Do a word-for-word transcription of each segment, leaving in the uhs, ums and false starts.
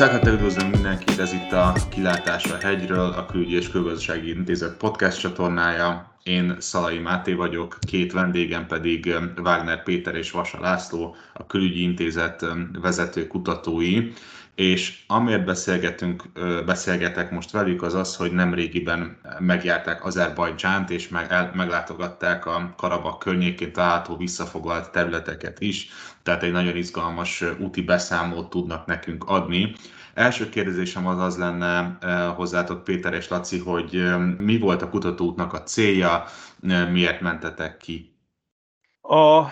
Szeretettel üdvözlöm mindenkit, ez itt a Kilátás a hegyről, a Külügyi és Külgazdasági Intézet podcast csatornája. Én Szalai Máté vagyok, két vendégem pedig Wagner Péter és Vasa László, a Külügyi Intézet vezető kutatói. És amiért beszélgetünk, beszélgetek most velük, az az, hogy nemrégiben megjárták Azerbajdzsánt, és meg, el, meglátogatták a Karabakh környékén található visszafoglalt területeket is, tehát egy nagyon izgalmas úti beszámolót tudnak nekünk adni. Első kérdésem az az lenne hozzátok, Péter és Laci, hogy mi volt a kutatóútnak a célja, miért mentetek ki? A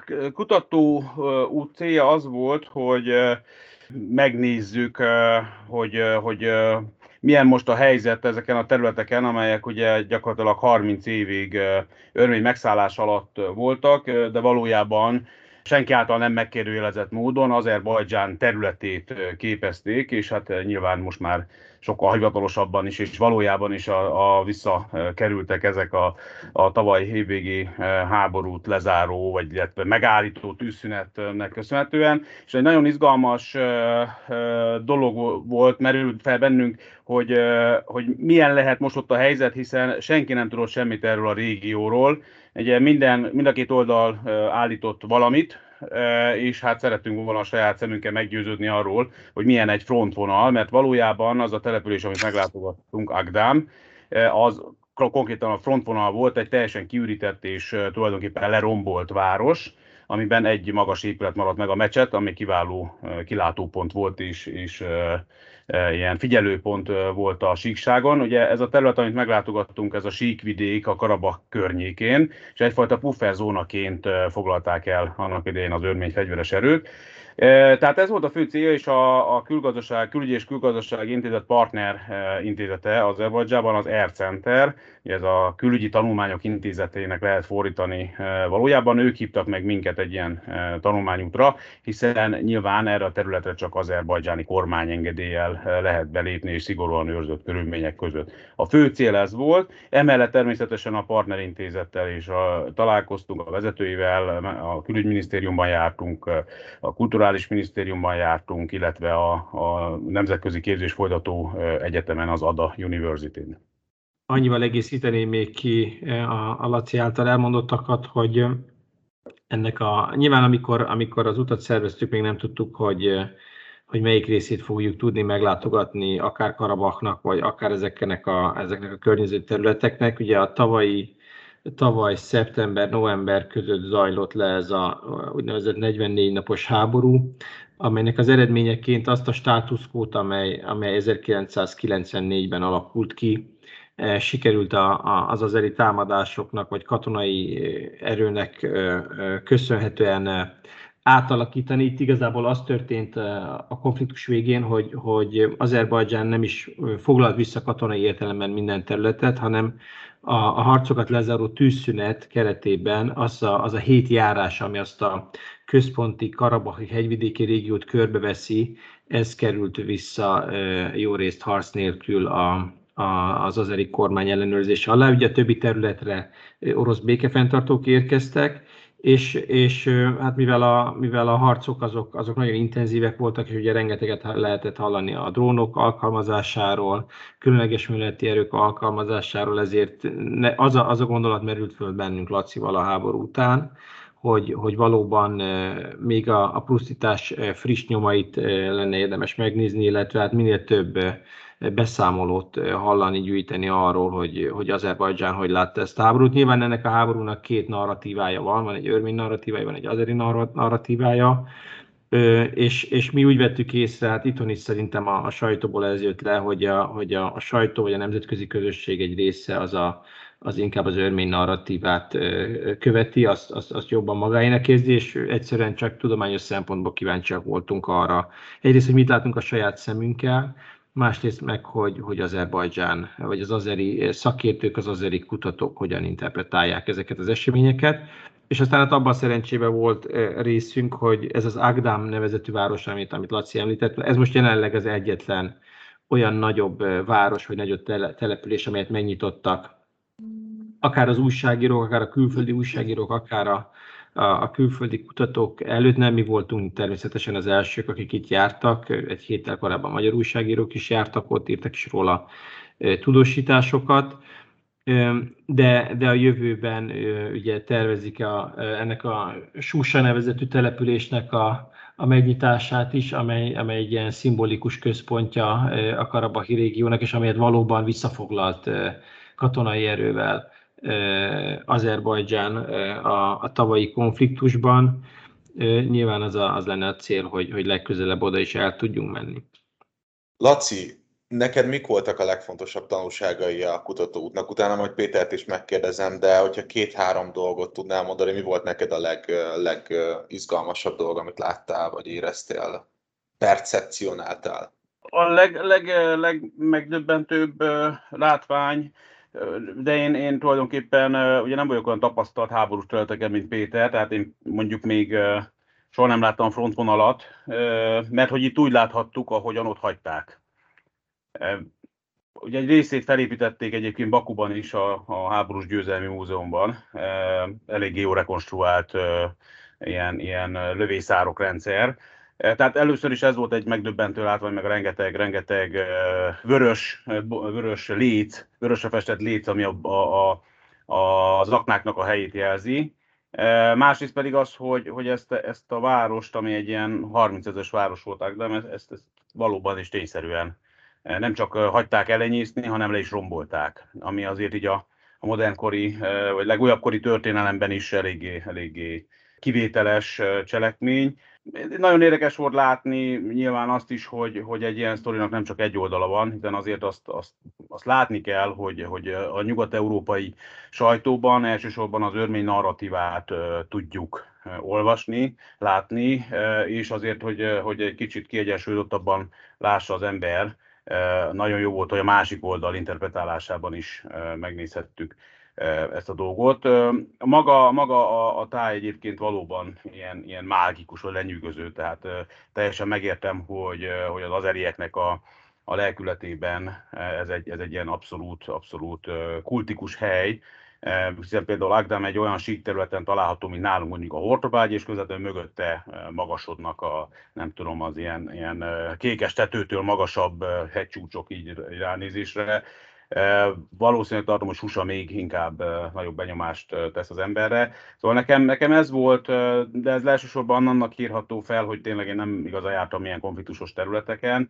kutatóút célja az volt, hogy megnézzük, hogy, hogy milyen most a helyzet ezeken a területeken, amelyek ugye gyakorlatilag harminc évig örmény megszállás alatt voltak, de valójában senki által nem megkérdőjelezett módon Azerbajdzsán területét képezték, és hát nyilván most már sokkal hivatalosabban is, és valójában is a, a visszakerültek ezek a, a tavaly évvégi háborút lezáró, vagy illetve megállító tűzszünetnek köszönhetően. És egy nagyon izgalmas dolog volt, merült fel bennünk, hogy, hogy milyen lehet most ott a helyzet, hiszen senki nem tudott semmit erről a régióról. Ugye minden, mind a két oldal állított valamit, és hát szerettünk volna a saját szemünkkel meggyőződni arról, hogy milyen egy frontvonal, mert valójában az a település, amit meglátogattunk, Agdam, az konkrétan a frontvonal volt, egy teljesen kiürített és tulajdonképpen lerombolt város, amiben egy magas épület maradt meg, a mecset, ami kiváló kilátópont volt és, és ilyen figyelőpont volt a síkságon. Ugye ez a terület, amit meglátogattunk, ez a síkvidék a Karabakh környékén, és egyfajta pufferzónaként foglalták el annak idején az örmény fegyveres erők. Tehát ez volt a fő célja, és a, a külgazdaság, Külügyi és Külgazdasági Intézet partner intézete Azerbajdzsánban az Air Center, ez a Külügyi Tanulmányok Intézetének lehet fordítani. Valójában ők hívtak meg minket egy ilyen tanulmányútra, hiszen nyilván erre a területre csak azerbajdzsáni kormányengedéllyel lehet belépni, és szigorúan őrzött körülmények között. A fő cél ez volt, emellett természetesen a partnerintézettel is a, találkoztunk, a vezetőivel, a külügyminisztériumban jártunk, a kulturális minisztériumban jártunk, illetve a, a nemzetközi képzés folytató egyetemen, az Ada University-n. Annyival egészíteném még ki a, a Laci által elmondottakat, hogy ennek a, nyilván amikor, amikor az utat szerveztük, még nem tudtuk, hogy, hogy melyik részét fogjuk tudni meglátogatni, akár Karabachnak, vagy akár ezeknek a, ezeknek a környező területeknek. Ugye a tavalyi, tavaly szeptember-november között zajlott le ez a úgynevezett negyvennégy napos háború, amelynek az eredményeként azt a státuszkót, amely, amely ezerkilencszázkilencvennégyben alakult ki, sikerült a, a, az azeri támadásoknak, vagy katonai erőnek köszönhetően átalakítani. Itt igazából az történt a konfliktus végén, hogy, hogy Azerbajdzsán nem is foglalt vissza katonai értelemben minden területet, hanem a, a harcokat lezáró tűzszünet keretében az a, az a hét járás, ami azt a központi karabakhi hegyvidéki régiót körbeveszi, ez került vissza jó részt harc nélkül a az azeri kormány ellenőrzése alá. Ugye a többi területre orosz békefenntartók érkeztek, és, és hát mivel a, mivel a harcok azok, azok nagyon intenzívek voltak, és ugye rengeteget lehetett hallani a drónok alkalmazásáról, különleges műveleti erők alkalmazásáról, ezért ne, az, a, az a gondolat merült föl bennünk Lacival a háború után, hogy, hogy valóban még a, a pusztítás friss nyomait lenne érdemes megnézni, illetve hát minél több beszámolót hallani, gyűjteni arról, hogy, hogy Azerbajdzsán hogy látta ezt a háborút. Nyilván ennek a háborúnak két narratívája van, van egy örmény narratívája, van egy azeri narratívája, és, és mi úgy vettük észre, hát itthon is szerintem a, a sajtóból ez jött le, hogy, a, hogy a, a sajtó vagy a nemzetközi közösség egy része az, a, az inkább az örmény narratívát követi, azt, azt, azt jobban magáénak érzi, és egyszerűen csak tudományos szempontból kíváncsiak voltunk arra. Egyrészt, hogy mit látunk a saját szemünkkel, másrészt meg, hogy, hogy Azerbajdzsán, vagy az azeri szakértők, az azeri kutatók hogyan interpretálják ezeket az eseményeket. És aztán hát abban a szerencsében volt részünk, hogy ez az Agdam nevezetű város, amit, amit Laci említett, ez most jelenleg az egyetlen olyan nagyobb város, vagy nagyobb település, amelyet megnyitottak. Akár az újságírók, akár a külföldi újságírók, akár a, a, a külföldi kutatók előtt, nem mi voltunk természetesen az elsők, akik itt jártak, egy héttel korábban magyar újságírók is jártak, ott írtak is róla tudósításokat, de, de a jövőben ugye tervezik a, ennek a Susa nevezetű településnek a, a megnyitását is, amely, amely egy ilyen szimbolikus központja a karabahi régiónak, és amelyet valóban visszafoglalt katonai erővel Azerbajdzsán a, a tavalyi konfliktusban. Nyilván az, a, az lenne a cél, hogy, hogy legközelebb oda is el tudjunk menni. Laci, neked mik voltak a legfontosabb tanulságai a kutatóútnak? Utána majd Pétert is megkérdezem, de hogyha két-három dolgot tudnál mondani, mi volt neked a leg, legizgalmasabb dolog, amit láttál, vagy éreztél, percepcionáltál? A leg, leg, legmegdöbbentőbb látvány, de én, én tulajdonképpen ugye nem vagyok olyan tapasztalt háborús területeken, mint Péter, tehát én mondjuk még soha nem láttam frontvonalat, mert hogy itt úgy láthattuk, ahogyan ott hagyták. Ugye egy részét felépítették egyébként Bakuban is, a, a háborús győzelmi múzeumban, eléggé jó rekonstruált ilyen, ilyen lövészárok rendszer. Tehát először is ez volt egy megdöbbentő látvány, meg rengeteg, rengeteg vörös, vörös léc, vörösre festett léc, ami a, a, a, az aknáknak a helyét jelzi. Másrészt pedig az, hogy, hogy ezt, ezt a várost, ami egy ilyen harmincezres város volt, de ezt, ezt valóban is tényszerűen nem csak hagyták elenyészni, hanem le is rombolták, ami azért így a, a modernkori, vagy legújabbkori történelemben is eléggé, eléggé kivételes cselekmény. Nagyon érdekes volt látni nyilván azt is, hogy, hogy egy ilyen sztorinak nem csak egy oldala van, hiszen azért azt, azt, azt látni kell, hogy, hogy a nyugat-európai sajtóban elsősorban az örmény narratívát tudjuk olvasni, látni, és azért, hogy, hogy egy kicsit kiegyensúlyozottabban lássa az ember. Nagyon jó volt, hogy a másik oldal interpretálásában is megnézhettük ezt a dolgot. Maga, maga a, a táj egyébként valóban ilyen, ilyen mágikus, vagy lenyűgöző, tehát teljesen megértem, hogy, hogy az azerieknek a, a lelkületében ez egy, ez egy ilyen abszolút, abszolút kultikus hely, hiszen például Agdam egy olyan sík területen található, mint nálunk mondjuk a Hortobágy, és közvetlenül mögötte magasodnak a, nem tudom, az ilyen, ilyen kékes tetőtől magasabb hegycsúcsok így ránézésre. Valószínűleg tartom, hogy Susa még inkább nagyobb benyomást tesz az emberre. Szóval nekem, nekem ez volt, de ez elsősorban annak írható fel, hogy tényleg én nem igazán jártam ilyen konfliktusos területeken.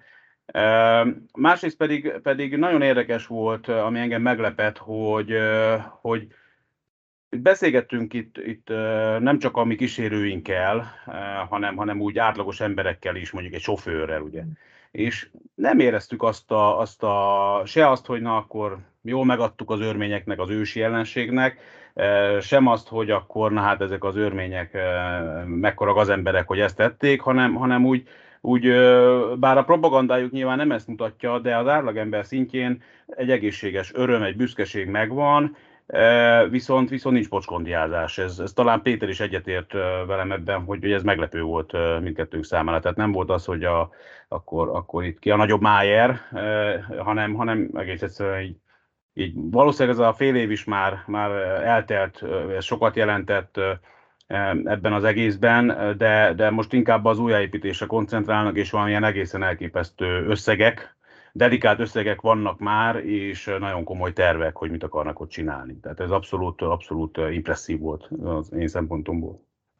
Másrészt pedig, pedig nagyon érdekes volt, ami engem meglepett, hogy, hogy beszélgettünk itt, itt nem csak a mi kísérőinkkel, hanem, hanem úgy átlagos emberekkel is, mondjuk egy sofőrrel, ugye. És nem éreztük azt a, azt a, se azt, hogy na akkor jól megadtuk az örményeknek, az ősi ellenségnek, sem azt, hogy akkor na hát ezek az örmények mekkora gazemberek, hogy ezt tették, hanem, hanem úgy, úgy, bár a propagandájuk nyilván nem ezt mutatja, de az átlagember szintjén egy egészséges öröm, egy büszkeség megvan, viszont, viszont nincs pocskondiázás. Ez, ez talán Péter is egyetért velem ebben, hogy, hogy ez meglepő volt mindkettőnk számára. Tehát nem volt az, hogy a, akkor, akkor itt ki a nagyobb májer, hanem, hanem egész egyszerűen így, így valószínűleg ez a fél év is már, már eltelt, ez sokat jelentett ebben az egészben, de, de most inkább az újjáépítésre koncentrálnak, és valamilyen egészen elképesztő összegek, dedikált összegek vannak már, és nagyon komoly tervek, hogy mit akarnak ott csinálni. Tehát ez abszolút, abszolút impresszív volt az én szempontomból.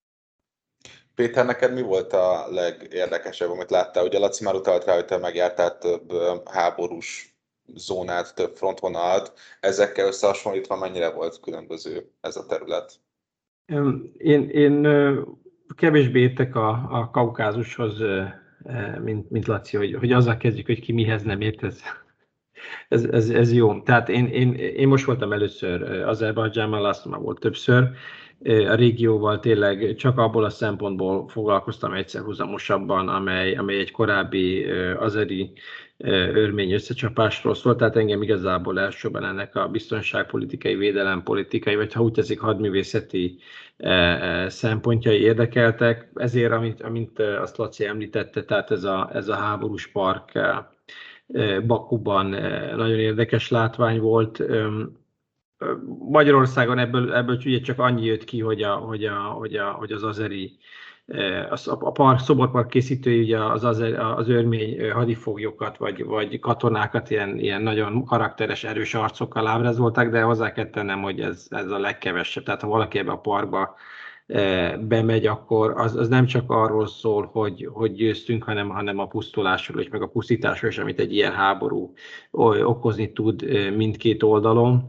Péter, neked mi volt a legérdekesebb, amit láttál? Ugye Laci már utalt rá, hogy te megjártál több háborús zónát, több frontvonalat. Ezekkel összehasonlítva mennyire volt különböző ez a terület? Én, én kevésbé értek a, a Kaukázushoz, mint, mint Laci, hogy, hogy azzal kezdjük, hogy ki mihez nem ért, ez, ez, ez, ez jó. Tehát én, én, én most voltam először Azerbajdzsánban, László már volt többször. A régióval tényleg csak abból a szempontból foglalkoztam egyszer húzamosabban, amely, amely egy korábbi azeri örmény összecsapásról szólt, tehát engem igazából elsőben ennek a biztonságpolitikai, védelempolitikai, vagy ha úgy teszik, hadművészeti szempontjai érdekeltek. Ezért, amit, amint azt Laci említette, tehát ez a, ez a háborús park Bakuban nagyon érdekes látvány volt. Magyarországon ebből, ebből ugye csak annyi jött ki, hogy, a, hogy, a, hogy, a, hogy az azeri, az, a park, szoborpark készítői ugye az, azeri, az örmény hadifoglyokat vagy, vagy katonákat ilyen, ilyen nagyon karakteres, erős arcokkal ábrázolták, de hozzá kell tennem, hogy ez, ez a legkevesebb. Tehát ha valaki ebbe a parkba bemegy, akkor az, az nem csak arról szól, hogy, hogy győztünk, hanem, hanem a pusztulásról és meg a pusztításról is, amit egy ilyen háború okozni tud mindkét oldalon.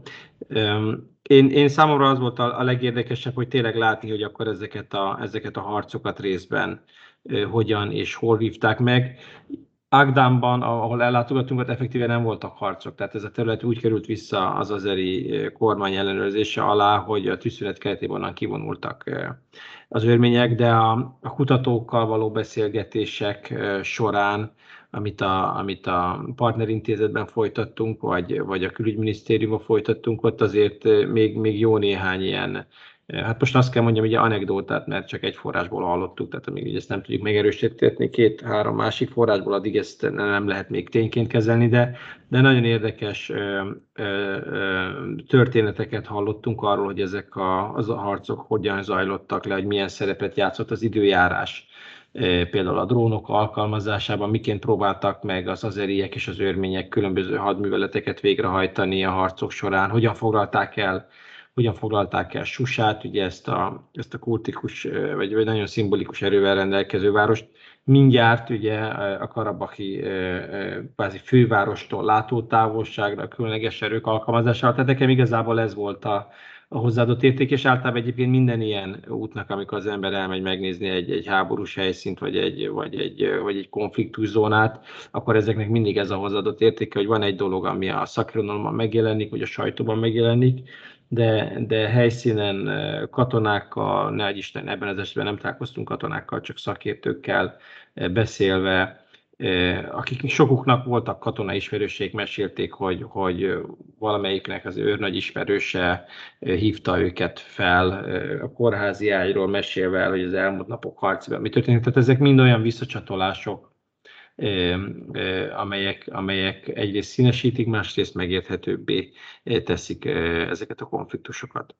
Én, én számomra az volt a, a legérdekesebb, hogy tényleg látni, hogy akkor ezeket a, ezeket a harcokat részben hogyan és hol vívták meg. Agdámban, ahol ellátogatunk, ott effektíve nem voltak harcok, tehát ez a terület úgy került vissza az azeri kormány ellenőrzése alá, hogy a tűzszünet keretében onnan kivonultak az örmények, de a, a kutatókkal való beszélgetések során, amit a, amit a partnerintézetben folytattunk, vagy, vagy a külügyminisztériumban folytattunk, ott azért még, még jó néhány ilyen, hát most azt kell mondjam, hogy anekdótát, mert csak egy forrásból hallottuk, tehát amíg ezt nem tudjuk megerősíteni, két-három másik forrásból, addig ezt nem lehet még tényként kezelni, de, de nagyon érdekes ö, ö, ö, történeteket hallottunk arról, hogy ezek a, az a harcok hogyan zajlottak le, hogy milyen szerepet játszott az időjárás. Például a drónok alkalmazásában miként próbáltak meg az azeriek és az örmények különböző hadműveleteket végrehajtani a harcok során, hogyan foglalták el hogyan foglalták el Susát, ugye ezt a, ezt a kultikus, vagy, vagy nagyon szimbolikus erővel rendelkező várost. Mindjárt ugye a karabahi kvázi fővárostól látótávolságra a különleges erők alkalmazásával, tehát nekem igazából ez volt a, a hozzáadott érték, és általában egyébként minden ilyen útnak, amikor az ember elmegy megnézni egy, egy háborús helyszínt, vagy egy, vagy, egy, vagy egy konfliktuszónát, akkor ezeknek mindig ez a hozzáadott értéke, hogy van egy dolog, ami a szakirodalomban megjelenik, vagy a sajtóban megjelenik, de, de helyszínen katonákkal, ne Isten, ebben az esetben nem találkoztunk katonákkal, csak szakértőkkel beszélve, akik sokuknak voltak katonai ismerőség, mesélték, hogy, hogy valamelyiknek az őrnagy ismerőse hívta őket fel a kórházi ágyról, mesélve el, hogy az elmúlt napok harcban mi történt. Tehát ezek mind olyan visszacsatolások, amelyek, amelyek egyrészt színesítik, másrészt megérthetőbbé teszik ezeket a konfliktusokat.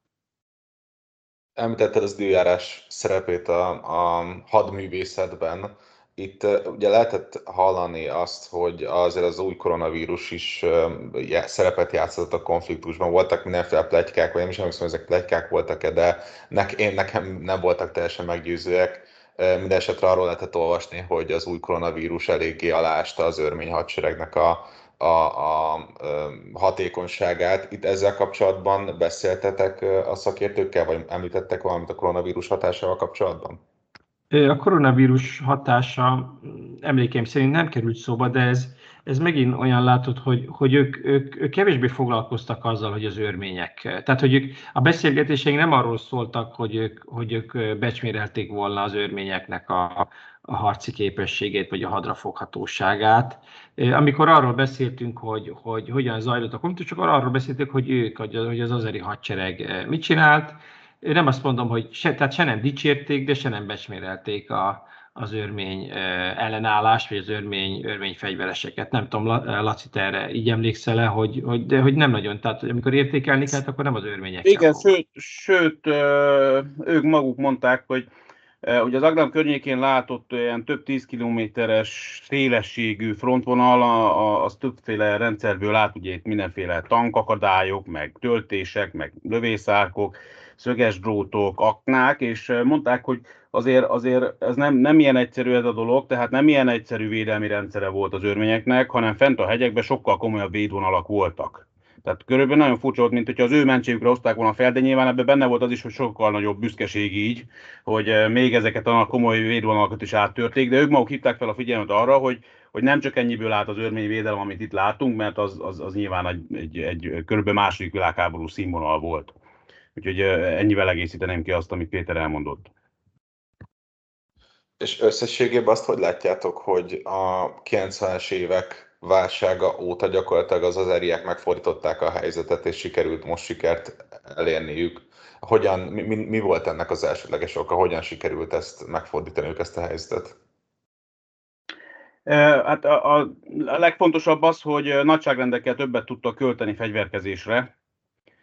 Említetted az időjárás szerepét a, a hadművészetben. Itt ugye lehetett hallani azt, hogy azért az új koronavírus is szerepet játszott a konfliktusban. Voltak mindenféle pletykák, vagy nem is emlékszem, hogy ezek pletykák voltak-e, de ne, én nekem nem voltak teljesen meggyőzőek. Minden esetre arról lehetett olvasni, hogy az új koronavírus eléggé aláásta az örmény hadseregnek a, a, a, a hatékonyságát. Itt ezzel kapcsolatban beszéltetek a szakértőkkel, vagy említettek valamit a koronavírus hatásával kapcsolatban? A koronavírus hatása emlékeim szerint nem került szóba, de ez, ez megint olyan látod, hogy, hogy ők, ők, ők kevésbé foglalkoztak azzal, hogy az örmények. Tehát, hogy ők, a beszélgetéseink nem arról szóltak, hogy ők, hogy ők becsmérelték volna az örményeknek a, a harci képességét, vagy a hadrafoghatóságát. Amikor arról beszéltünk, hogy, hogy hogyan zajlott a konfliktus, akkor arról beszéltünk, hogy ők, hogy az azeri hadsereg mit csinált. Nem azt mondom, hogy se, tehát se nem dicsérték, de se nem becsmérelték a, az örmény ellenállást, vagy az örmény, örmény fegyvereseket. Nem tudom, Laci, te erre így emlékszel-e, hogy, hogy, de hogy nem nagyon, tehát amikor értékelni kell, akkor nem az örményekkel. Igen, sőt, sőt, ők maguk mondták, hogy ugye az Agdam környékén látott olyan több tíz kilométeres szélességű frontvonal, az többféle rendszerből lát, ugye itt mindenféle tankakadályok, meg töltések, meg lövészárkok, szöges drótok, aknák, és mondták, hogy azért, azért ez nem, nem ilyen egyszerű ez a dolog, tehát nem ilyen egyszerű védelmi rendszere volt az örményeknek, hanem fent a hegyekben sokkal komolyabb védvonalak voltak. Tehát körülbelül nagyon furcsa volt, mint hogyha az ő mentségükre hozták volna fel, de nyilván ebben benne volt az is, hogy sokkal nagyobb büszkeség így, hogy még ezeket a komoly védvonalakat is áttörték, de ők maguk hívták fel a figyelmet arra, hogy, hogy nem csak ennyiből állt az örmény védelem, amit itt látunk, mert az, az, az nyilván egy, egy, egy körülbelül második világháború színvonal volt. Úgyhogy ennyivel egészíteném ki azt, amit Péter elmondott. És összességében azt hogy látjátok, hogy a kilencvenes évek válsága óta gyakorlatilag az azeriek megfordították a helyzetet, és sikerült most sikert elérniük. Hogyan, mi, mi volt ennek az elsődleges oka? Hogyan sikerült ezt megfordítaniuk, ezt a helyzetet? Hát a, a, a legfontosabb az, hogy nagyságrendekkel többet tudtak költeni fegyverkezésre.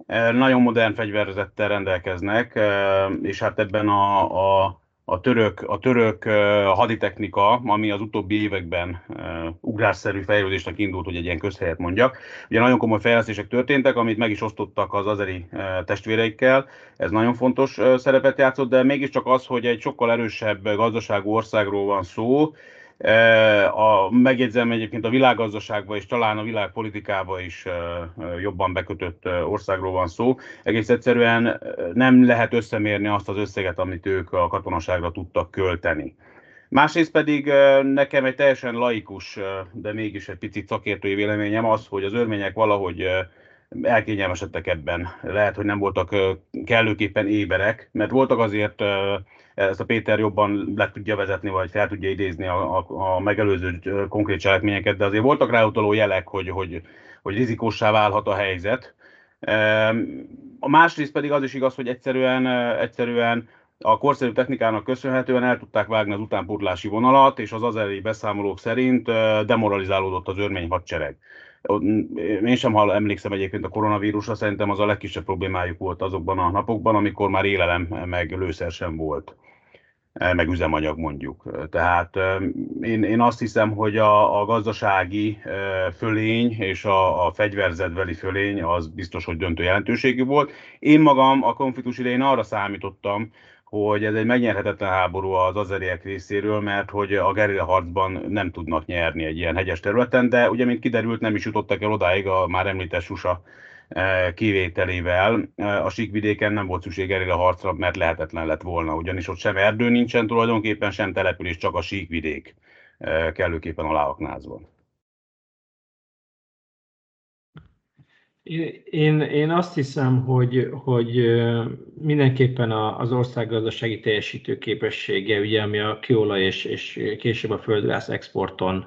Nagyon modern fegyverzettel rendelkeznek, és hát ebben a, a, a török, a török haditechnika, ami az utóbbi években ugrásszerű fejlődésnek indult, hogy egy ilyen közhelyet mondjak. Ugye nagyon komoly fejlesztések történtek, amit meg is osztottak az azeri testvéreikkel, ez nagyon fontos szerepet játszott, de mégiscsak az, hogy egy sokkal erősebb gazdaságú országról van szó. A, megjegyzem egyébként a világgazdaságban és talán a világpolitikában is jobban bekötött országról van szó. Egész egyszerűen nem lehet összemérni azt az összeget, amit ők a katonaságra tudtak költeni. Másrészt pedig nekem egy teljesen laikus, de mégis egy picit szakértői véleményem az, hogy az örmények valahogy elkényelmesedtek ebben. Lehet, hogy nem voltak kellőképpen éberek, mert voltak azért, ezt a Péter jobban le tudja vezetni, vagy fel tudja idézni a, a, a megelőző konkrét cselekményeket, de azért voltak ráutaló jelek, hogy, hogy, hogy rizikóssá válhat a helyzet. A másrészt pedig az is igaz, hogy egyszerűen, egyszerűen a korszerű technikának köszönhetően el tudták vágni az utánpótlási vonalat, és az azeri beszámolók szerint demoralizálódott az örmény hadsereg. Én sem hall, emlékszem egyébként a koronavírusra, szerintem az a legkisebb problémájuk volt azokban a napokban, amikor már élelem meg lőszer sem volt, meg üzemanyag mondjuk. Tehát én, én azt hiszem, hogy a, a gazdasági fölény és a, a fegyverzetbeli fölény az biztos, hogy döntő jelentőségű volt. Én magam a konfliktus idején arra számítottam, hogy ez egy megnyerhetetlen háború az azeriek részéről, mert hogy a gerilla harcban nem tudnak nyerni egy ilyen hegyes területen, de ugye, mint kiderült, nem is jutottak el odáig a már említett Susa kivételével. A síkvidéken nem volt szükség gerilla harcra, mert lehetetlen lett volna, ugyanis ott sem erdő nincsen tulajdonképpen, sem település, csak a síkvidék kellőképpen aláaknázva. Én, én azt hiszem, hogy, hogy mindenképpen az ország gazdasági teljesítő képessége, ugye, ami a kőolaj és, és később a földgáz exporton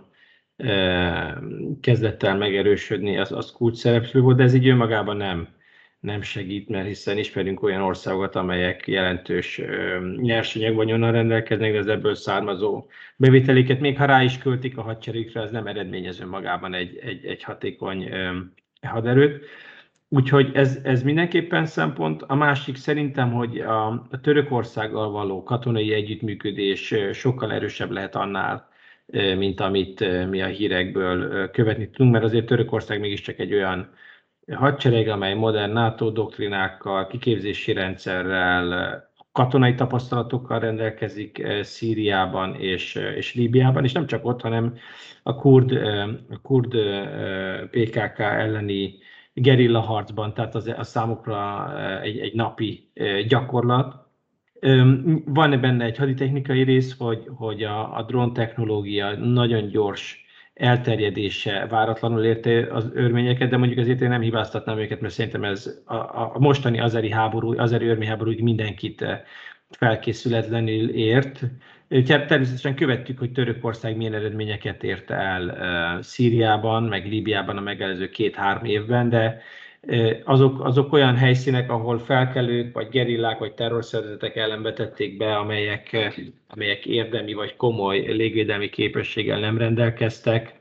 kezdett el megerősödni, az, az kulcs szereplő volt, de ez így önmagában nem, nem segít, mert hiszen ismerünk olyan országokat, amelyek jelentős nyersanyagvonyonnal rendelkeznek, de az ebből származó bevételéket, még ha rá is költik a hadseregükre, az nem eredményez önmagában egy, egy, egy hatékony haderőt. Úgyhogy ez, ez mindenképpen szempont. A másik szerintem, hogy a, a Törökországgal való katonai együttműködés sokkal erősebb lehet annál, mint amit mi a hírekből követni tudunk, mert azért Törökország mégiscsak egy olyan hadsereg, amely modern NATO doktrinákkal, kiképzési rendszerrel, katonai tapasztalatokkal rendelkezik Szíriában és, és Líbiában, és nem csak ott, hanem a kurd, a kurd pé ká ká elleni gerilla harcban, tehát az a számukra egy, egy napi gyakorlat. Van benne egy haditechnikai rész, hogy, hogy a, a drón technológia nagyon gyors elterjedése váratlanul érte az örményeket, de mondjuk azért én nem hibáztatnám őket, mert szerintem ez a, a mostani azeri háború, azeri örmény háborúig mindenkit felkészületlenül ért. Természetesen követtük, hogy Törökország milyen eredményeket ért el Szíriában, meg Líbiában a megelőző két-három évben, de azok, azok olyan helyszínek, ahol felkelők, vagy gerillák, vagy terrorszervezetek ellen vetették be, amelyek, amelyek érdemi vagy komoly légvédelmi képességgel nem rendelkeztek.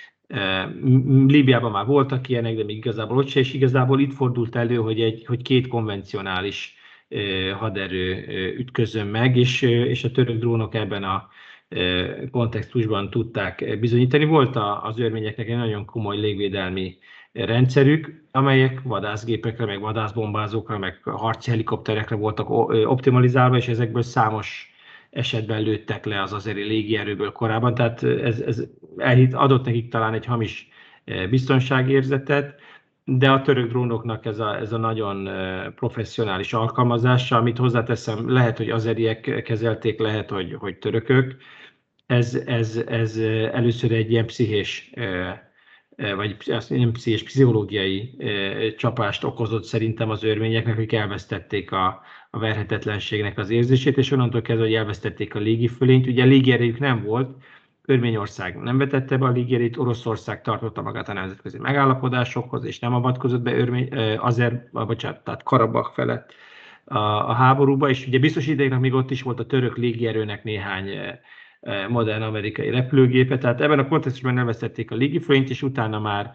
Líbiában már voltak ilyenek, de még igazából ott se, és igazából itt fordult elő, hogy, egy, hogy két konvencionális haderő ütközön meg, és, és a török drónok ebben a kontextusban tudták bizonyítani. Volt az örményeknek egy nagyon komoly légvédelmi rendszerük, amelyek vadászgépekre, meg vadászbombázókra, meg harci helikopterekre voltak optimalizálva, és ezekből számos esetben lőttek le az azeri légierőből korábban, tehát ez, ez adott nekik talán egy hamis biztonságérzetet, de a török drónoknak ez a, ez a nagyon professzionális alkalmazása, amit hozzáteszem, lehet, hogy azeriek kezelték, lehet, hogy, hogy törökök, ez, ez, ez először egy ilyen pszichés vagy ilyen pszichés, pszichológiai csapást okozott szerintem az örményeknek, akik elvesztették a, a verhetetlenségnek az érzését, és onnantól kezdve, hogy elvesztették a légifölényt. Ugye a légierejük nem volt, Örményország nem vetette be a légierét, Oroszország tartotta magát a nemzetközi megállapodásokhoz, és nem avatkozott be Örmény, Azer, bocsánat, tehát Karabakh felett a, a háborúba, és ugye biztos ideignek még ott is volt a török légierőnek néhány modern amerikai repülőgépe, tehát ebben a kontextusban elvesztették a légifölényt, és utána már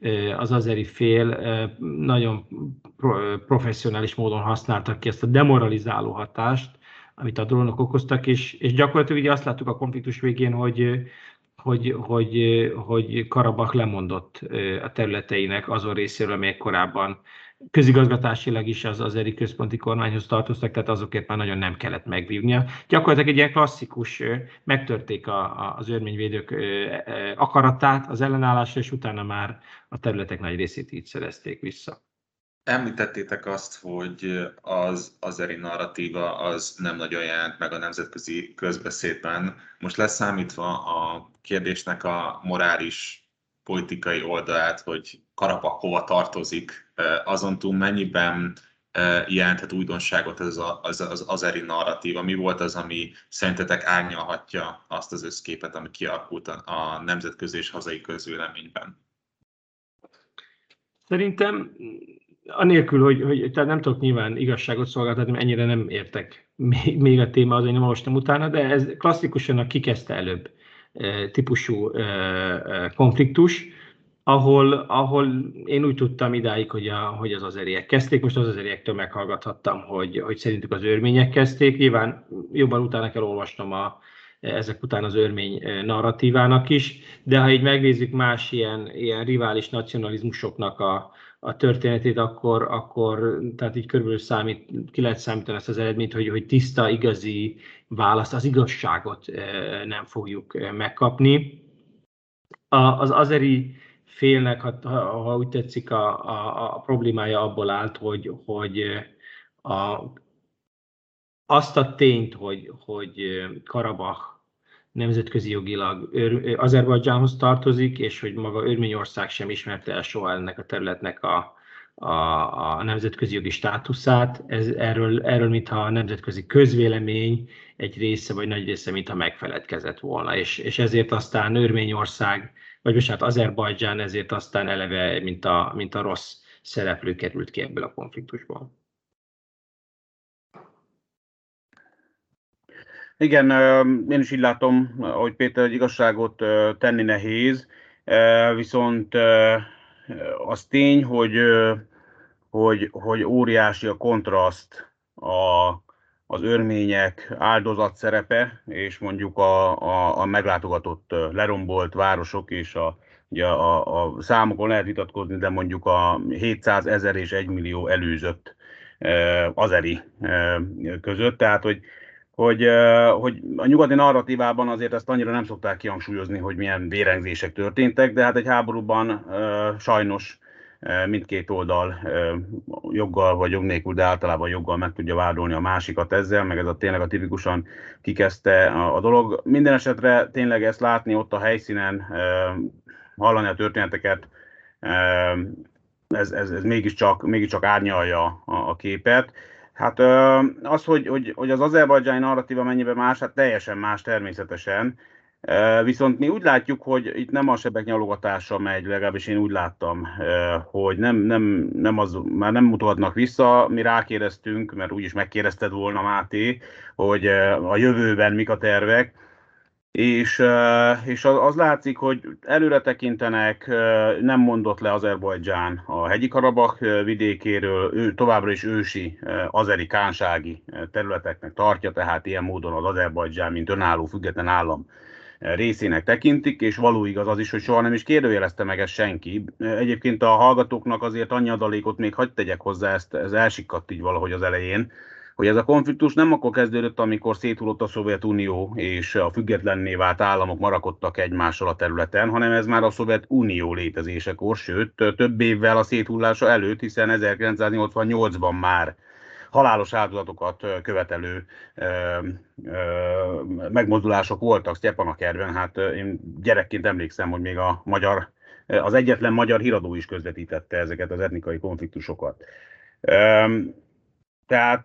az azeri fél nagyon professzionális módon használtak ki ezt a demoralizáló hatást, amit a drónok okoztak, és, és gyakorlatilag ugye azt láttuk a konfliktus végén, hogy, hogy, hogy, hogy Karabakh lemondott a területeinek azon részéről, amelyek korábban közigazgatásilag is az azeri központi kormányhoz tartoztak, tehát azokért már nagyon nem kellett megvívnia. Gyakorlatilag egy ilyen klasszikus, megtörték a, a, az örményvédők akaratát az ellenállásra, és utána már a területek nagy részét így szerezték vissza. Említettétek azt, hogy az azeri narratíva az nem nagyon jelent meg a nemzetközi közbeszédben. Most leszámítva a kérdésnek a morális, politikai oldalát, hogy Karabakh hova tartozik, azon túl mennyiben jelenthet újdonságot ez az, az azeri narratíva? Mi volt az, ami szerintetek árnyalhatja azt az összképet, ami kialakult a nemzetközi és hazai közvéleményben? Szerintem anélkül, hogy, hogy tehát nem tudok nyilván igazságot szolgáltatni, ennyire nem értek még, még a téma, azért nem olvastam utána, de ez klasszikusan a kikezdte előbb típusú konfliktus, ahol, ahol én úgy tudtam idáig, hogy, a, hogy az azeriek kezdték, most az azeriektől meghallgathattam, hogy, hogy szerintük az örmények kezdték, nyilván jobban utána kell olvasnom a, ezek után az örmény narratívának is, de ha így megnézzük más ilyen, ilyen rivális nacionalizmusoknak a, a történetét, akkor, akkor tehát így körülbelül számít, ki lehet számítani ezt az eredményt, hogy, hogy tiszta, igazi választ, az igazságot nem fogjuk megkapni. A, az azeri félnek, ha, ha úgy tetszik, a, a, a problémája abból állt, hogy, hogy a, azt a tényt, hogy, hogy Karabakh nemzetközi jogilag Azerbajdzsánhoz tartozik, és hogy maga Örményország sem ismerte el soha ennek a területnek a, a, a nemzetközi jogi státuszát. Ez, erről, erről mintha a nemzetközi közvélemény egy része, vagy nagy része, mintha megfeledkezett volna. És, és ezért aztán Örményország, vagy bocsánat, Azerbajdzsán ezért aztán eleve, mint a, mint a rossz szereplő került ki ebből a konfliktusból. Igen, én is így látom, ahogy Péter, hogy igazságot tenni nehéz, viszont az tény, hogy, hogy, hogy óriási a kontraszt a, az örmények áldozat szerepe, és mondjuk a, a, a meglátogatott, lerombolt városok, és a, ugye a, a számokon lehet vitatkozni, de mondjuk a hétszázezer és egymillió elűzött azeri között, tehát hogy Hogy, hogy a nyugati narratívában azért ezt annyira nem szokták kihangsúlyozni, hogy milyen vérengzések történtek, de hát egy háborúban sajnos mindkét oldal joggal vagy jog nélkül, de általában joggal meg tudja vádolni a másikat ezzel, meg ez a tényleg a tipikusan kikezdte a, a dolog. Minden esetre tényleg ezt látni ott a helyszínen, hallani a történeteket, ez, ez, ez mégiscsak, mégiscsak árnyalja a, a képet. Hát az, hogy, hogy, hogy az azerbajdzsáni narratíva mennyiben más, hát teljesen más természetesen. Viszont mi úgy látjuk, hogy itt nem a sebek nyalogatása megy, legalábbis én úgy láttam, hogy nem, nem, nem az, már nem mutatnak vissza. Mi rákérdeztünk, mert úgyis megkérdezted volna, Máté, hogy a jövőben mik a tervek. És, és az látszik, hogy előre tekintenek, nem mondott le Azerbajdzsán a hegyi Karabakh vidékéről, ő továbbra is ősi azeri kánsági területeknek tartja, tehát ilyen módon az Azerbajdzsán, mint önálló független állam részének tekintik, és való igaz az is, hogy soha nem is kérdőjelezte meg ezt senki. Egyébként a hallgatóknak azért annyi adalékot még hadd tegyek hozzá, ezt, ez elsikadt így valahogy az elején, hogy ez a konfliktus nem akkor kezdődött, amikor széthullott a Szovjetunió és a függetlenné vált államok marakodtak egymással a területen, hanem ez már a Szovjetunió létezésekor, sőt több évvel a széthullása előtt, hiszen ezerkilencszáznyolcvannyolcban már halálos áldozatokat követelő ö, ö, megmozdulások voltak Sztyepanakerben. Hát én gyerekként emlékszem, hogy még a magyar, az egyetlen magyar híradó is közvetítette ezeket az etnikai konfliktusokat. Ö, Tehát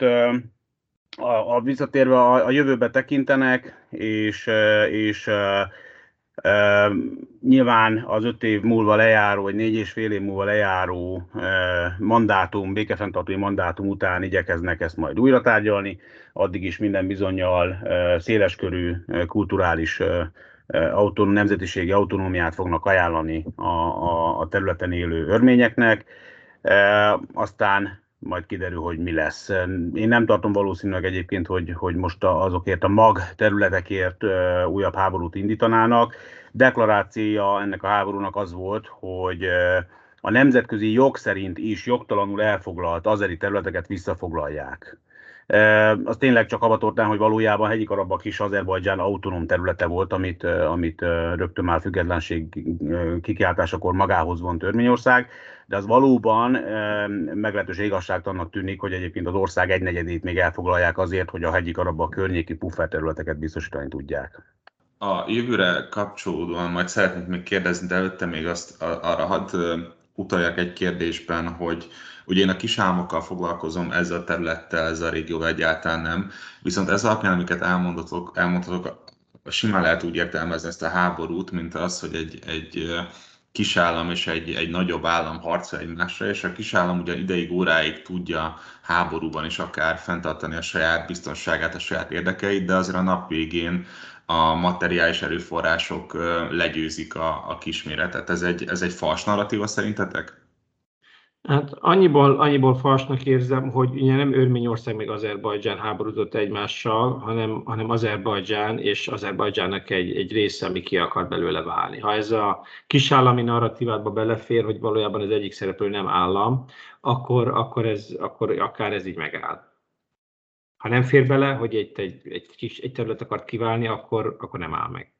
a, a visszatérve a, a jövőbe tekintenek, és, és e, e, nyilván az öt év múlva lejáró, vagy négy és fél év múlva lejáró e, mandátum, békefenntartói mandátum után igyekeznek ezt majd újra tárgyalni, addig is minden bizonnyal e, széleskörű e, kulturális e, autonóm, nemzetiségi autonómiát fognak ajánlani a, a, a területen élő örményeknek. Aztán majd kiderül, hogy mi lesz. Én nem tartom valószínűleg egyébként, hogy, hogy most azokért a mag területekért újabb háborút indítanának. Deklarációja ennek a háborúnak az volt, hogy a nemzetközi jog szerint is jogtalanul elfoglalt azeri területeket visszafoglalják. Az tényleg csak avatortán, hogy valójában Hegyi-Karabakh is Azerbajdzsán autonóm területe volt, amit, amit rögtön már függetlenség kikiáltásakor magához vont Örményország, de az valóban meglehetős igazságtalannak tűnik, hogy egyébként az ország egynegyedét még elfoglalják azért, hogy a Hegyi-Karabakh környéki pufferterületeket biztosítani tudják. A jövőre kapcsolódóan majd szeretnék még kérdezni, de előtte még azt arra hadd utaljak egy kérdésben, hogy ugye én a kisálmokkal foglalkozom, ezzel a területtel, ezzel a régióval egyáltalán nem, viszont ez alapján, amiket elmondatok, elmondatok, simán lehet úgy értelmezni ezt a háborút, mint az, hogy egy, egy kisállam és egy, egy nagyobb állam harcol egymásra, és a kisállam ugyan ideig, óráig tudja háborúban is akár fenntartani a saját biztonságát, a saját érdekeit, de azért a nap végén a materiális erőforrások legyőzik a, a kisméretet. Ez egy, ez egy fals narratíva szerintetek? Hát annyiból, annyiból falsnak érzem, hogy ugye nem Örményország meg Azerbajdzsán háborúzott egymással, hanem, hanem Azerbajdzsán és Azerbajdzsánnak egy, egy része, ami ki akar belőle válni. Ha ez a kisállami narratívátba belefér, hogy valójában az egyik szereplő nem állam, akkor, akkor, ez, akkor akár ez így megáll. Ha nem fér bele, hogy egy, egy, egy, kis, egy terület akart kiválni, akkor, akkor nem áll meg.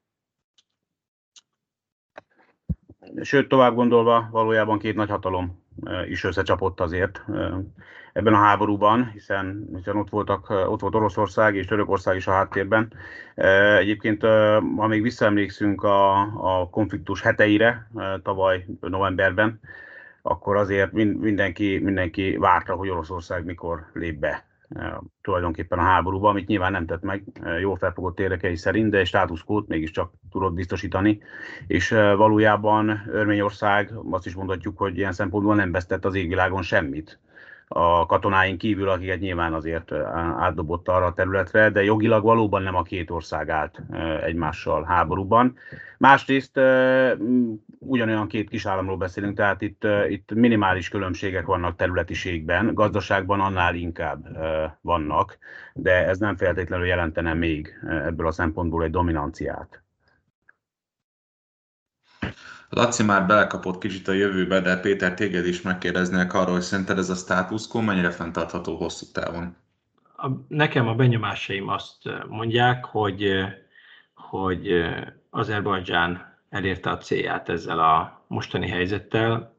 Sőt, tovább gondolva, valójában két nagy hatalom is összecsapott azért ebben a háborúban, hiszen, hiszen ott, voltak, ott volt Oroszország és Törökország is a háttérben. Egyébként, ha még visszaemlékszünk a, a konfliktus heteire, tavaly novemberben, akkor azért mindenki, mindenki várta, hogy Oroszország mikor lép be tulajdonképpen a háborúba, amit nyilván nem tett meg jól felfogott érdekei szerint, de egy status quót mégiscsak tudott biztosítani, és valójában Örményország, azt is mondhatjuk, hogy ilyen szempontból nem vesztett az égvilágon semmit a katonáink kívül, akiket nyilván azért átdobott arra a területre, de jogilag valóban nem a két ország állt egymással háborúban. Másrészt ugyanolyan két kisállamról beszélünk, tehát itt, itt minimális különbségek vannak területiségben, gazdaságban annál inkább vannak, de ez nem feltétlenül jelentene még ebből a szempontból egy dominanciát. Laci már belekapott kicsit a jövőbe, de Péter, téged is megkérdeznék arról, hogy szerinted ez a status quo mennyire fenntartható hosszú távon? A, nekem a benyomásaim azt mondják, hogy, hogy Azerbajdzsán elérte a célját ezzel a mostani helyzettel.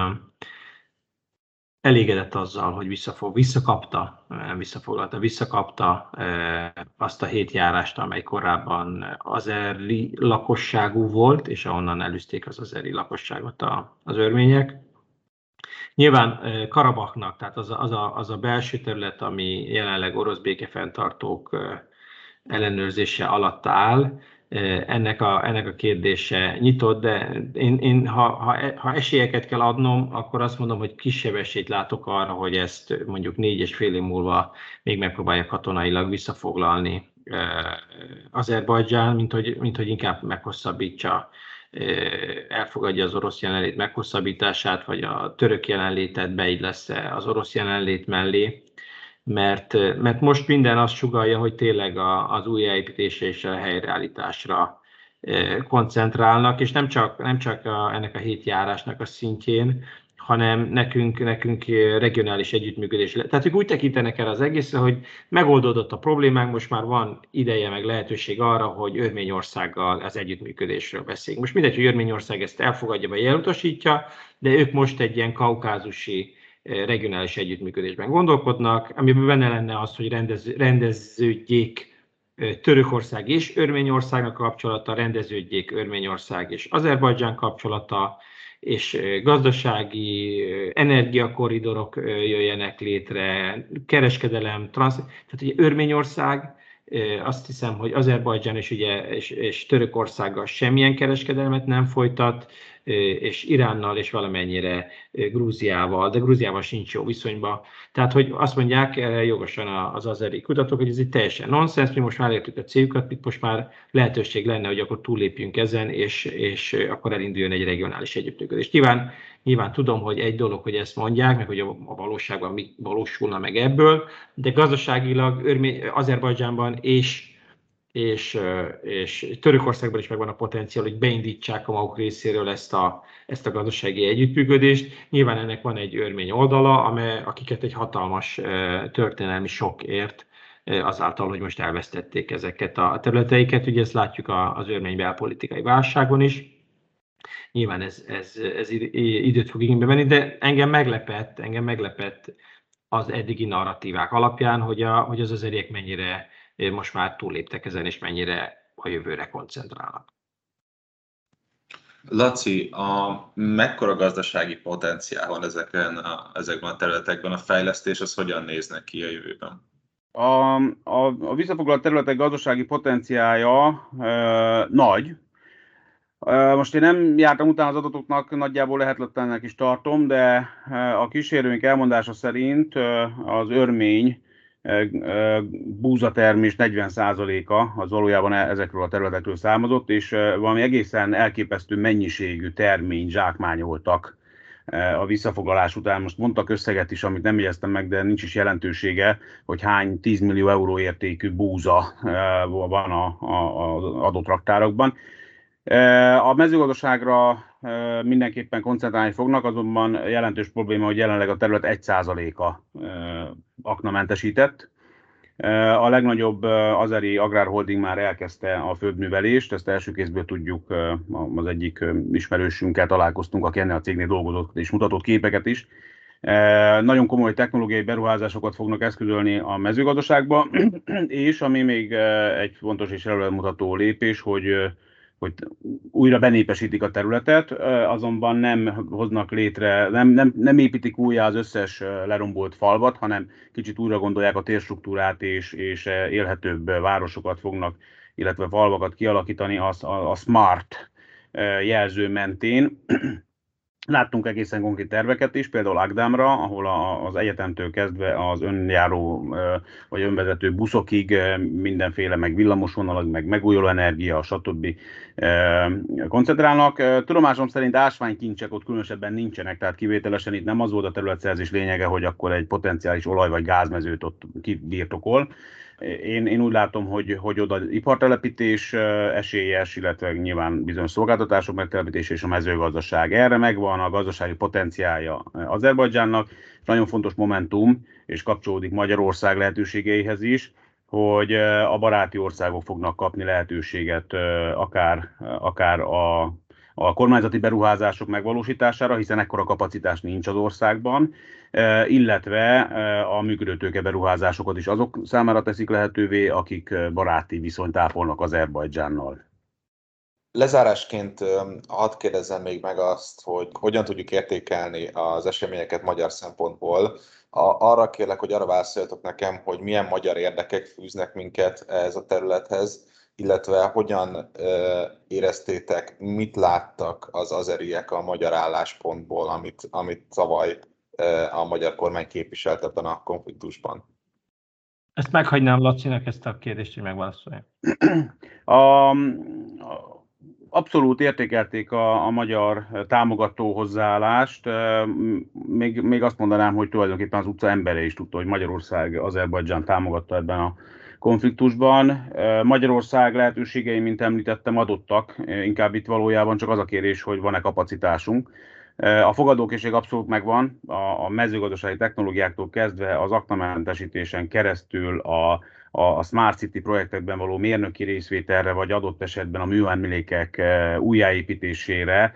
Elégedett azzal, hogy visszafog, visszakapta, visszafoglalta, visszakapta azt a hét járást, amely korábban azeri lakosságú volt, és ahonnan elűzték az azeri lakosságot az örmények. Nyilván Karabachnak, tehát az a, az, a, az a belső terület, ami jelenleg orosz békefenntartók ellenőrzése alatt áll, ennek a, ennek a kérdése nyitott, de én, én ha, ha, ha esélyeket kell adnom, akkor azt mondom, hogy kisebb esélyt látok arra, hogy ezt mondjuk négy és fél év múlva még megpróbálja katonailag visszafoglalni Azerbajdzsán, mint hogy, mint hogy inkább meghosszabbítsa, elfogadja az orosz jelenlét meghosszabbítását, vagy a török jelenlétet beillesz-e az orosz jelenlét mellé. Mert, mert most minden azt sugallja, hogy tényleg a, az újjáépítésre és a helyreállításra koncentrálnak, és nem csak, nem csak a, ennek a hét járásnak a szintjén, hanem nekünk, nekünk regionális együttműködés. Tehát ők úgy tekintenek el az egészre, hogy megoldódott a problémánk, most már van ideje meg lehetőség arra, hogy Örményországgal az együttműködésről beszéljünk. Most mindegy, hogy Örményország ezt elfogadja vagy elutasítja, de ők most egy ilyen kaukázusi regionális együttműködésben gondolkodnak, amiben benne lenne az, hogy rendez, rendeződjék Törökország és Örményországnak kapcsolata, rendeződjék Örményország és Azerbajdzsán kapcsolata, és gazdasági energiakorridorok jöjjenek létre, kereskedelem, transz... tehát ugye Örményország, azt hiszem, hogy Azerbajdzsán és, ugye, és, és Törökországgal semmilyen kereskedelmet nem folytat, és Iránnal, és valamennyire Grúziával, de Grúziával sincs jó viszonyban. Tehát, hogy azt mondják jogosan az azeri kutatók, hogy ez egy teljesen nonsens, mi most már elértük a céljukat, itt most már lehetőség lenne, hogy akkor túllépjünk ezen, és, és akkor elinduljon egy regionális együttműködés. Nyilván, nyilván tudom, hogy egy dolog, hogy ezt mondják, meg hogy a, a valóságban mi valósulna meg ebből, de gazdaságilag Azerbajdzsánban és És, és Törökországban is megvan a potenciál, hogy beindítsák a maguk részéről ezt a, ezt a gazdasági együttműködést. Nyilván ennek van egy örmény oldala, amely, akiket egy hatalmas történelmi sok ért azáltal, hogy most elvesztették ezeket a területeiket. Ugye ezt látjuk az örmény belpolitikai válságon is. Nyilván ez, ez, ez időt fog igénybe venni, de engem meglepett, engem meglepett az eddigi narratívák alapján, hogy, a, hogy az azeriek mennyire most már túlléptek ezen, és mennyire a jövőre koncentrálnak. Laci, a mekkora gazdasági potenciál van ezeken a, ezekben a területekben, a fejlesztés, az hogyan néznek ki a jövőben? A, a, a visszafoglalt területek gazdasági potenciálja e, nagy. E, most én nem jártam utána az adatoknak, nagyjából lehetetlennek is tartom, de a kísérőink elmondása szerint az örmény búzatermés negyven százaléka az valójában ezekről a területekről származott, és valami egészen elképesztő mennyiségű terményt zsákmányoltak a visszafoglalás után. Most mondtak összeget is, amit nem jegyeztem meg, de nincs is jelentősége, hogy hány tíz millió euró értékű búza van az adott raktárokban. A mezőgazdaságra mindenképpen koncentrálni fognak, azonban jelentős probléma, hogy jelenleg a terület egy százaléka aknamentesített. A legnagyobb azeri agrárholding már elkezdte a földművelést, ezt első kézből tudjuk, az egyik ismerősünkkel találkoztunk, aki ennél a cégnél dolgozott és mutatott képeket is. Nagyon komoly technológiai beruházásokat fognak eszközölni a mezőgazdaságba, és ami még egy fontos és előremutató lépés, hogy hogy újra benépesítik a területet, azonban nem hoznak létre, nem, nem, nem építik újjá az összes lerombolt falvat, hanem kicsit újra gondolják a térstruktúrát, és, és élhetőbb városokat fognak, illetve falvakat kialakítani a, a, a smart jelző mentén. Láttunk egészen konkrét terveket is, például Agdámra, ahol az egyetemtől kezdve az önjáró vagy önvezető buszokig mindenféle, meg villamosvonalag, meg megújuló energia, stb. Koncentrálnak. Tudomásom szerint ásványkincsek ott különösebben nincsenek, tehát kivételesen itt nem az volt a területszerzés lényege, hogy akkor egy potenciális olaj- vagy gázmezőt ott kibirtokol. Én, én úgy látom, hogy, hogy oda ipartelepítés esélyes, illetve nyilván bizonyos szolgáltatások megtelepítése és a mezőgazdaság. Erre megvan a gazdasági potenciálja Azerbajdzsánnak, és nagyon fontos momentum, és kapcsolódik Magyarország lehetőségeihez is, hogy a baráti országok fognak kapni lehetőséget akár, akár a, a kormányzati beruházások megvalósítására, hiszen ekkora kapacitás nincs az országban, illetve a működőtőke beruházásokat is azok számára teszik lehetővé, akik baráti viszonyt ápolnak Azerbajdzsánnal. Lezárásként hadd kérdezzem még meg azt, hogy hogyan tudjuk értékelni az eseményeket magyar szempontból. A, arra kérlek, hogy arra válaszoljatok nekem, hogy milyen magyar érdekek fűznek minket ez a területhez, illetve hogyan ö, éreztétek, mit láttak az azeriek a magyar álláspontból, amit, amit tavaly ö, a magyar kormány képviselt ebben a konfliktusban. Ezt meghagynám Lacinak, ezt a kérdést, hogy megválaszolja. A, a, abszolút értékelték a, a magyar támogató hozzáállást. Még, még azt mondanám, hogy tulajdonképpen az utca embere is tudta, hogy Magyarország Azerbajdzsán támogatta ebben a konfliktusban. Magyarország lehetőségei, mint említettem, adottak, inkább itt valójában csak az a kérés, hogy van-e kapacitásunk. A fogadókészség abszolút megvan, a mezőgazdasági technológiáktól kezdve az aknamentesítésen keresztül a, a Smart City projektekben való mérnöki részvételre, vagy adott esetben a műemlékek újjáépítésére.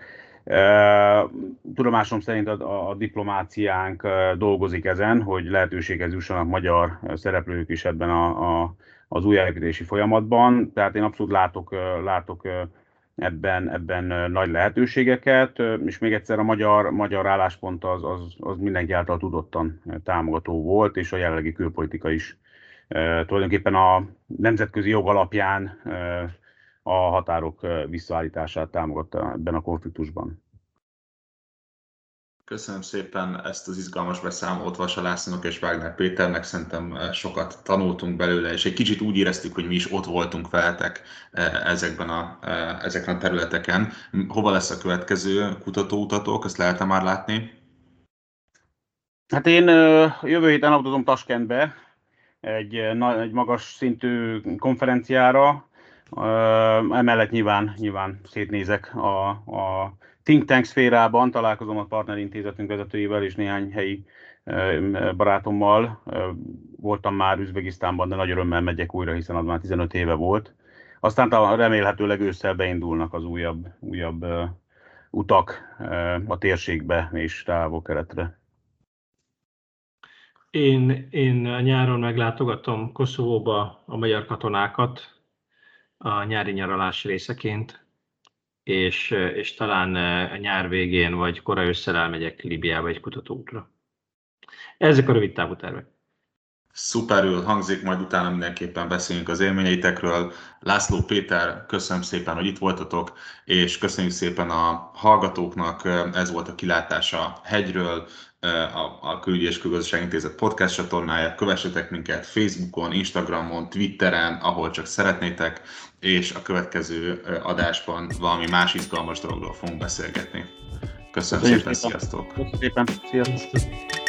Tudomásom szerint a, a diplomáciánk dolgozik ezen, hogy lehetőséghez jussanak magyar szereplők is ebben a, a, az újjáépítési folyamatban. Tehát én abszolút látok, látok ebben, ebben nagy lehetőségeket, és még egyszer a magyar, magyar álláspont az, az, az mindenki által tudottan támogató volt, és a jelenlegi külpolitika is tulajdonképpen a nemzetközi jog alapján a határok visszaállítását támogatta ebben a konfliktusban. Köszönöm szépen ezt az izgalmas beszámolót Vasa Lászlónak és Wagner Péternek, szerintem sokat tanultunk belőle, és egy kicsit úgy éreztük, hogy mi is ott voltunk veletek ezekben a, ezeken a területeken. Hova lesz a következő kutatóutatok, ezt lehet már látni? Hát én jövő héten autózom Taskentbe egy, egy magas szintű konferenciára, emellett nyilván, nyilván szétnézek a, a think tank szférában, találkozom a partnerintézetünk vezetőjével és néhány helyi barátommal. Voltam már Üzbegisztánban, de nagy örömmel megyek újra, hiszen az már tizenöt éve volt. Aztán remélhetőleg ősszel beindulnak az újabb, újabb utak a térségbe és távol-keletre. Én, én nyáron meglátogatom Koszovóba a magyar katonákat a nyári nyaralás részeként, és, és talán a nyár végén vagy kora ősszel elmegyek Líbiába egy kutatóútra. Ezek a rövid távú tervek. Szuperül hangzik, majd utána mindenképpen beszélünk az élményeitekről. László, Péter, köszönöm szépen, hogy itt voltatok, és köszönjük szépen a hallgatóknak. Ez volt a Kilátás a hegyről, a, a Külügyi és Külgazdasági Intézet podcast csatornája. Kövessetek minket Facebookon, Instagramon, Twitteren, ahol csak szeretnétek, és a következő adásban valami más izgalmas dologról fogunk beszélgetni. Köszönöm, köszönöm szépen, szépen, sziasztok! Köszönöm szépen, sziasztok!